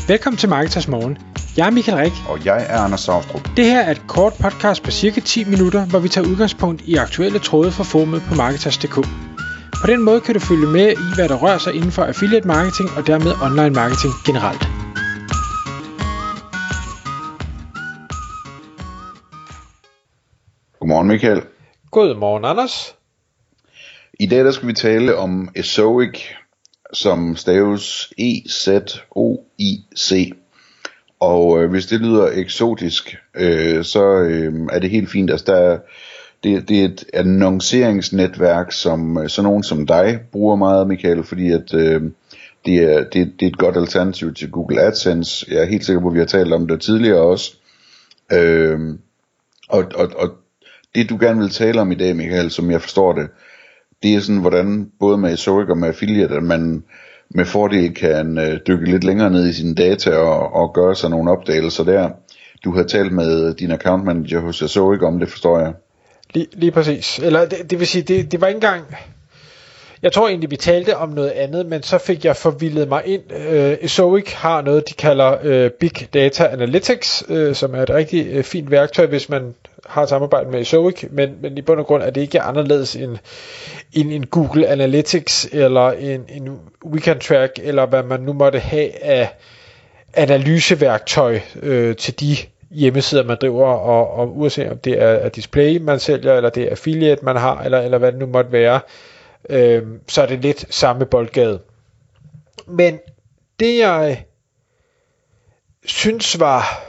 Velkommen til Marketers Morgen. Jeg er Michael Rik. Og jeg er Anders Saustrup. Det her er et kort podcast på cirka 10 minutter, hvor vi tager udgangspunkt i aktuelle tråde fra forumet på Marketers.dk. På den måde kan du følge med i, hvad der rører sig inden for affiliate marketing og dermed online marketing generelt. Godmorgen Michael. Godmorgen Anders. I dag der skal vi tale om Ezoic, som staves E-Z-O-I-C. Og hvis det lyder eksotisk, så er det helt fint. Altså, det er et annonceringsnetværk, som sådan nogen som dig bruger meget, Michael, fordi at det er et godt alternativ til Google AdSense. Jeg er helt sikker på, at vi har talt om det tidligere også. Og det du gerne vil tale om i dag, Michael, som jeg forstår det, det er sådan, hvordan både med Ezoic og med affiliate, at man med fordel kan dykke lidt længere ned i sine data og gøre sig nogle opdagelser der. Du har talt med din account manager hos Ezoic om det, forstår jeg. Lige præcis. Eller det vil sige, det var ikke engang... Jeg tror egentlig, vi talte om noget andet, men så fik jeg forvildet mig ind. Ezoic har noget, de kalder Big Data Analytics, som er et rigtig fint værktøj, hvis man har et samarbejde med Ezoic, men i bund og grund er det ikke anderledes end en Google Analytics, eller en WeCanTrack, eller hvad man nu måtte have af analyseværktøj til de hjemmesider, man driver, og uanset om det er display, man sælger, eller det er affiliate, man har, eller hvad det nu måtte være, så er det lidt samme boldgade. Men det jeg synes var,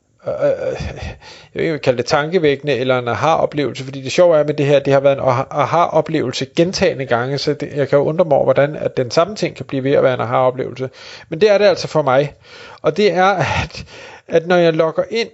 jeg vil ikke kalde det tankevækkende, eller en aha-oplevelse, fordi det sjove er med det her, det har været en aha-oplevelse gentagende gange, så jeg kan jo undre mig over, hvordan at den samme ting kan blive ved at være en aha-oplevelse. Men det er det altså for mig. Og det er, at når jeg logger ind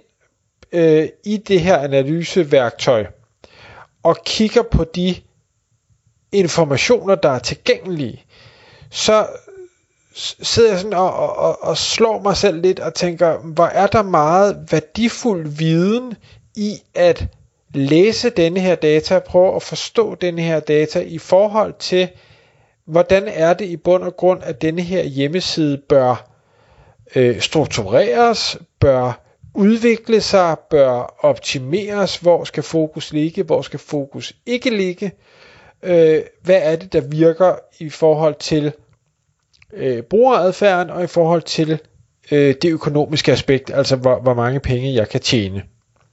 i det her analyseværktøj, og kigger på de informationer, der er tilgængelige, så sidder jeg sådan og slår mig selv lidt og tænker, hvor er der meget værdifuld viden i at læse denne her data, prøve at forstå denne her data i forhold til, hvordan er det i bund og grund, at denne her hjemmeside bør struktureres, bør udvikle sig, bør optimeres, hvor skal fokus ligge, hvor skal fokus ikke ligge, hvad er det, der virker i forhold til brugeradfærden og i forhold til det økonomiske aspekt, altså hvor mange penge jeg kan tjene.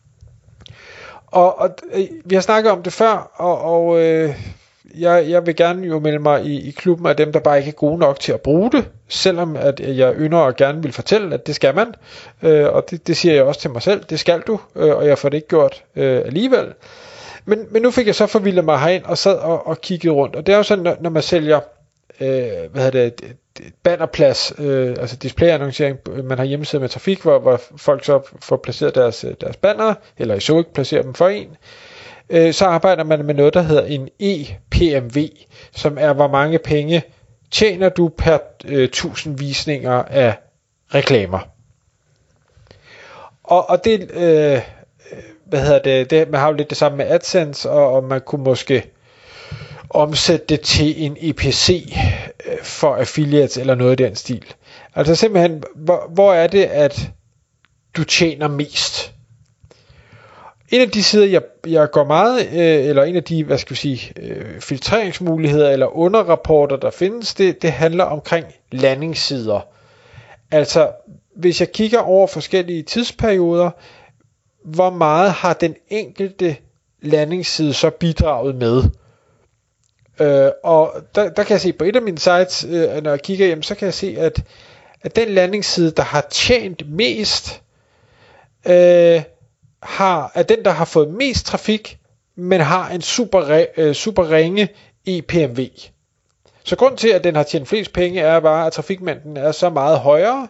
Og vi har snakket om det før, og jeg vil gerne jo melde mig i klubben af dem, der bare ikke er gode nok til at bruge det, selvom at jeg ynder og gerne vil fortælle, at det skal man, og det siger jeg også til mig selv, det skal du, og jeg får det ikke gjort alligevel. Men nu fik jeg så forvildet mig herind og sad og kiggede rundt, og det er jo sådan, når man sælger bannerplads, altså displayannoncering, man har hjemmesider med trafik, hvor folk så får placeret deres banner, eller Ezoic placerer dem for en, så arbejder man med noget, der hedder en ePMV, som er, hvor mange penge tjener du per 1000 visninger af reklamer. Og det, man har jo lidt det samme med AdSense, og man kunne måske omsætte det til en EPC for affiliates eller noget i den stil. Altså simpelthen, hvor er det, at du tjener mest? En af de sider, jeg går meget, eller en af de, filtreringsmuligheder eller underrapporter, der findes, det handler omkring landingssider. Altså, hvis jeg kigger over forskellige tidsperioder, hvor meget har den enkelte landingsside så bidraget med? Og der kan jeg se på et af mine sites, når jeg kigger hjem, så kan jeg se, at den landingsside, der har tjent mest, er den, der har fået mest trafik, men har en super ringe ePMV. Så grund til, at den har tjent flest penge, er bare, at trafikmængden er så meget højere,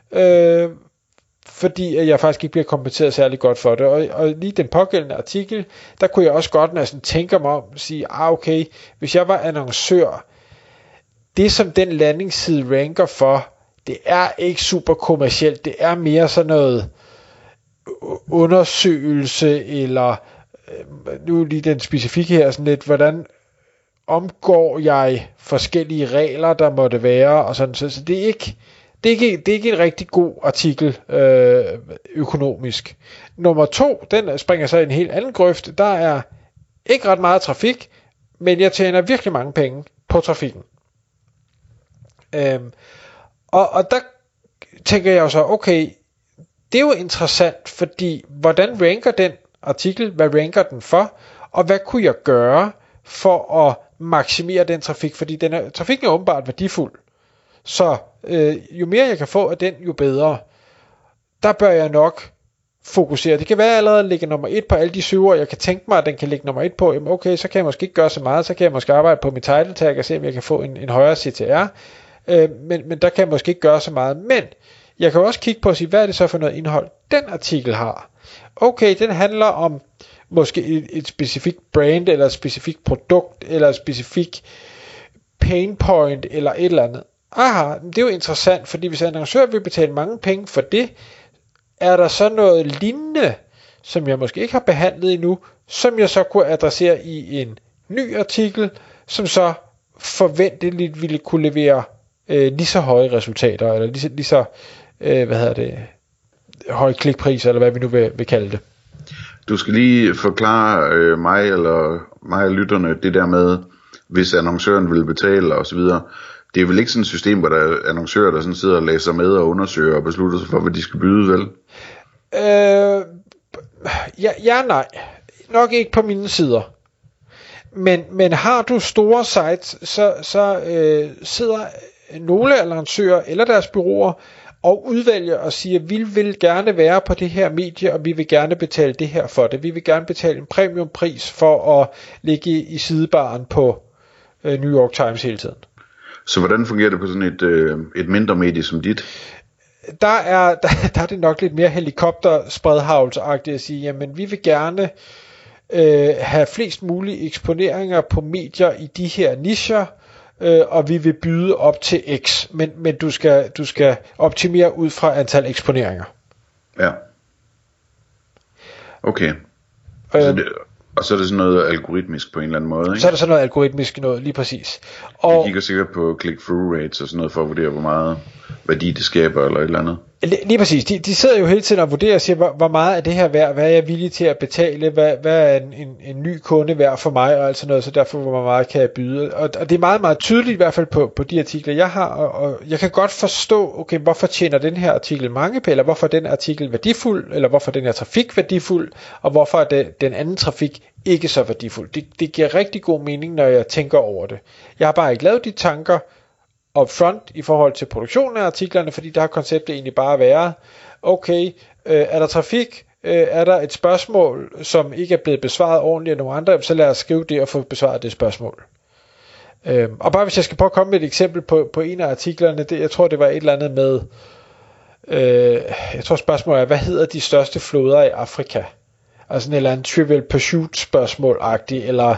fordi jeg faktisk ikke bliver kompenseret særlig godt for det. Og lige den pågældende artikel, der kunne jeg også godt, når jeg sådan tænker mig om, sige, okay, hvis jeg var annoncør, det som den landingsside ranker for, det er ikke super kommercielt, det er mere sådan noget undersøgelse, eller nu lige den specifikke her, sådan lidt, hvordan omgår jeg forskellige regler, der måtte være, og sådan, så det er ikke Det er ikke en rigtig god artikel økonomisk. Nummer 2, den springer så i en helt anden grøft. Der er ikke ret meget trafik, men jeg tjener virkelig mange penge på trafikken. Og der tænker jeg jo så, okay, det er jo interessant, fordi hvordan ranker den artikel, hvad ranker den for, og hvad kunne jeg gøre for at maksimere den trafik, fordi trafikken er åbenbart værdifuld. Så jo mere jeg kan få af den, jo bedre. Der bør jeg nok fokusere. Det kan være allerede at ligge nummer 1 på alle de søger, jeg kan tænke mig, at den kan ligge nummer 1 på. Jamen okay, så kan jeg måske ikke gøre så meget, så kan jeg måske arbejde på mit title tag og se, om jeg kan få en højere CTR. Men der kan jeg måske ikke gøre så meget. Men jeg kan også kigge på og sige, hvad er det så for noget indhold, den artikel har. Okay, den handler om måske et specifikt brand, eller et specifikt produkt, eller et specifikt pain point, eller et eller andet. Aha, det er jo interessant, fordi hvis annoncør vil betale mange penge for det, er der så noget lignende, som jeg måske ikke har behandlet endnu, som jeg så kunne adressere i en ny artikel, som så forventeligt ville kunne levere lige så høje resultater, eller lige så høje klikpriser, eller hvad vi nu vil kalde det. Du skal lige forklare mig og lytterne det der med, hvis annoncøren vil betale og så videre. Det er vel ikke sådan et system, hvor der er annoncører, der sådan sidder og læser med og undersøger og beslutter sig for, hvad de skal byde, vel? Ja, nej. Nok ikke på mine sider. Men har du store sites, så sidder nogle annoncører eller deres bureauer og udvælger og siger, vi vil gerne være på det her medie, og vi vil gerne betale det her for det. Vi vil gerne betale en premiumpris for at ligge i sidebaren på New York Times hele tiden. Så hvordan fungerer det på sådan et mindre medie som dit? Der er det nok lidt mere helikopterspredhavlsagtigt at sige, jamen vi vil gerne have flest mulige eksponeringer på medier i de her nicher, og vi vil byde op til X, men du skal optimere ud fra antal eksponeringer. Ja. Okay. Og så er det sådan noget algoritmisk på en eller anden måde, ikke? Så er der sådan noget algoritmisk noget, lige præcis. Og de kigger sikkert på click-through rates og sådan noget for at vurdere, hvor meget værdi det skaber eller et eller andet. Lige præcis. De sidder jo hele tiden og vurderer og siger, hvor meget er det her værd, hvad er jeg villig til at betale, hvad er en ny kunde værd for mig, og alt sådan noget, så derfor hvor meget kan jeg byde. Og det er meget, meget tydeligt i hvert fald på de artikler, jeg har, og jeg kan godt forstå, okay, hvorfor tjener den her artikel mange penge, eller hvorfor er den artikel værdifuld, eller hvorfor er den her trafik værdifuld, og hvorfor er den anden trafik ikke så værdifuld. Det giver rigtig god mening, når jeg tænker over det. Jeg har bare ikke lavet de tanker upfront i forhold til produktionen af artiklerne, fordi der har konceptet egentlig bare været, okay, er der trafik, er der et spørgsmål, som ikke er blevet besvaret ordentligt af nogle andre, så lad os skrive det og få besvaret det spørgsmål. Og bare hvis jeg skal prøve at komme med et eksempel på en af artiklerne, jeg tror det var et eller andet med, jeg tror spørgsmålet er, hvad hedder de største floder i Afrika? Altså en eller anden Trivial Pursuit spørgsmål-agtig, eller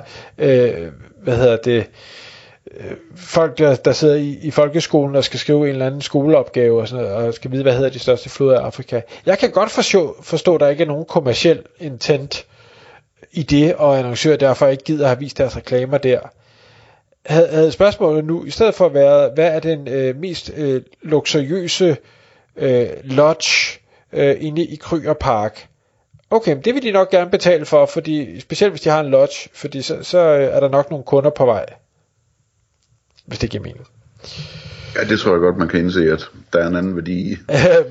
folk der sidder i folkeskolen og skal skrive en eller anden skoleopgave og sådan noget, og skal vide, hvad hedder de største floder i Afrika. Jeg kan godt forstå, at der ikke er nogen kommerciel intent i det, og annoncører derfor ikke gider have vist deres reklamer der. Havde spørgsmålet nu, i stedet for at være, hvad er den mest luksuriøse lodge inde i Krøger Park? Okay, det vil de nok gerne betale for, fordi, specielt hvis de har en lodge, fordi så er der nok nogle kunder på vej. Hvis det giver mening. Ja, det tror jeg godt, man kan indse, at der er en anden værdi i.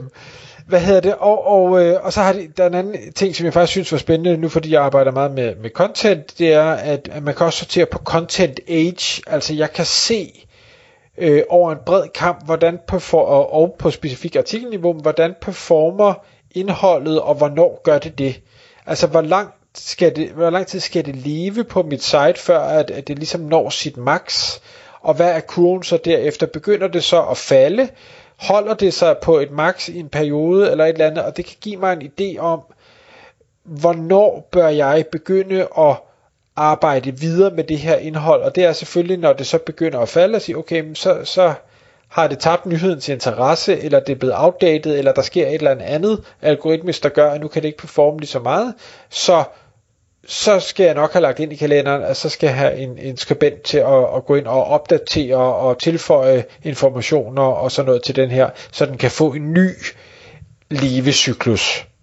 Og så har der en anden ting, som jeg faktisk synes var spændende nu, fordi jeg arbejder meget med content, det er, at man kan også sortere på content age. Altså jeg kan se over en bred kamp, hvordan og på specifikt artikelniveau, hvordan performer indholdet, og hvornår gør det. Altså hvor lang tid skal det leve på mit site, før at det ligesom når sit max, og hvad er kurven så derefter? Begynder det så at falde? Holder det sig på et max i en periode eller et eller andet? Og det kan give mig en idé om, hvornår bør jeg begynde at arbejde videre med det her indhold? Og det er selvfølgelig, når det så begynder at falde, og sige, okay, så har det tabt nyhedens interesse, eller det er blevet outdated, eller der sker et eller andet algoritmisk, der gør, at nu kan det ikke performe lige så meget. Så så skal jeg nok have lagt ind i kalenderen, at så skal jeg have en skribent til at gå ind og opdatere og tilføje informationer og sådan noget til den her, så den kan få en ny levecyklus.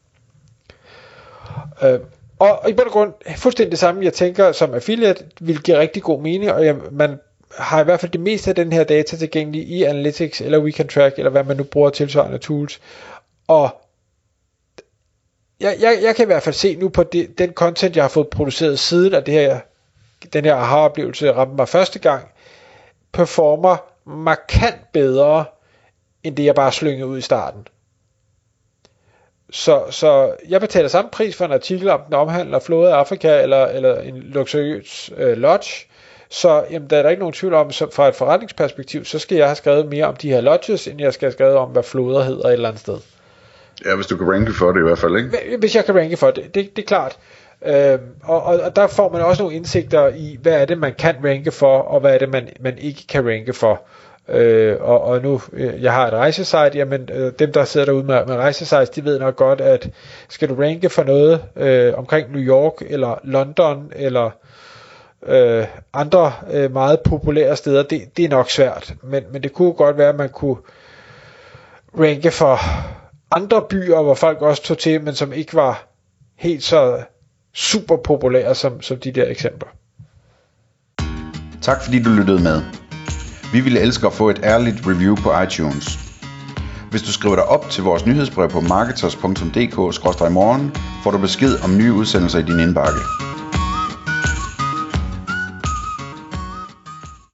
Og i bund og grund, fuldstændig det samme, jeg tænker, som affiliate vil give rigtig god mening, og man har i hvert fald det meste af den her data tilgængelig i Analytics, eller WeCanTrack, eller hvad man nu bruger tilsvarende tools. Og jeg kan i hvert fald se nu på den content, jeg har fået produceret siden af den her aha-oplevelse ramte mig første gang, performer markant bedre, end det jeg bare slyngede ud i starten. Så jeg betaler samme pris for en artikel, om den omhandler flåde af Afrika, eller en luksuriøs lodge. Så der er der ikke nogen tvivl om, så fra et forretningsperspektiv, så skal jeg have skrevet mere om de her lodges, end jeg skal have skrevet om, hvad floder hedder et eller andet sted. Ja, hvis du kan ranke for det i hvert fald, ikke? Hvis jeg kan ranke for det, det er klart. Og der får man også nogle indsigter i, hvad er det, man kan ranke for, og hvad er det, man ikke kan ranke for. Og nu, jeg har et rejsesite, jamen dem, der sidder derude med rejsesites, de ved nok godt, at skal du ranke for noget omkring New York, eller London, eller andre meget populære steder, det er nok svært. Men det kunne godt være, at man kunne ranke for andre byer, hvor folk også tog til, men som ikke var helt så super populære som de der eksempler. Tak fordi du lyttede med. Vi ville elske at få et ærligt review på iTunes. Hvis du skriver dig op til vores nyhedsbrev på marketers.dk/morgen, får du besked om nye udsendelser i din indbakke.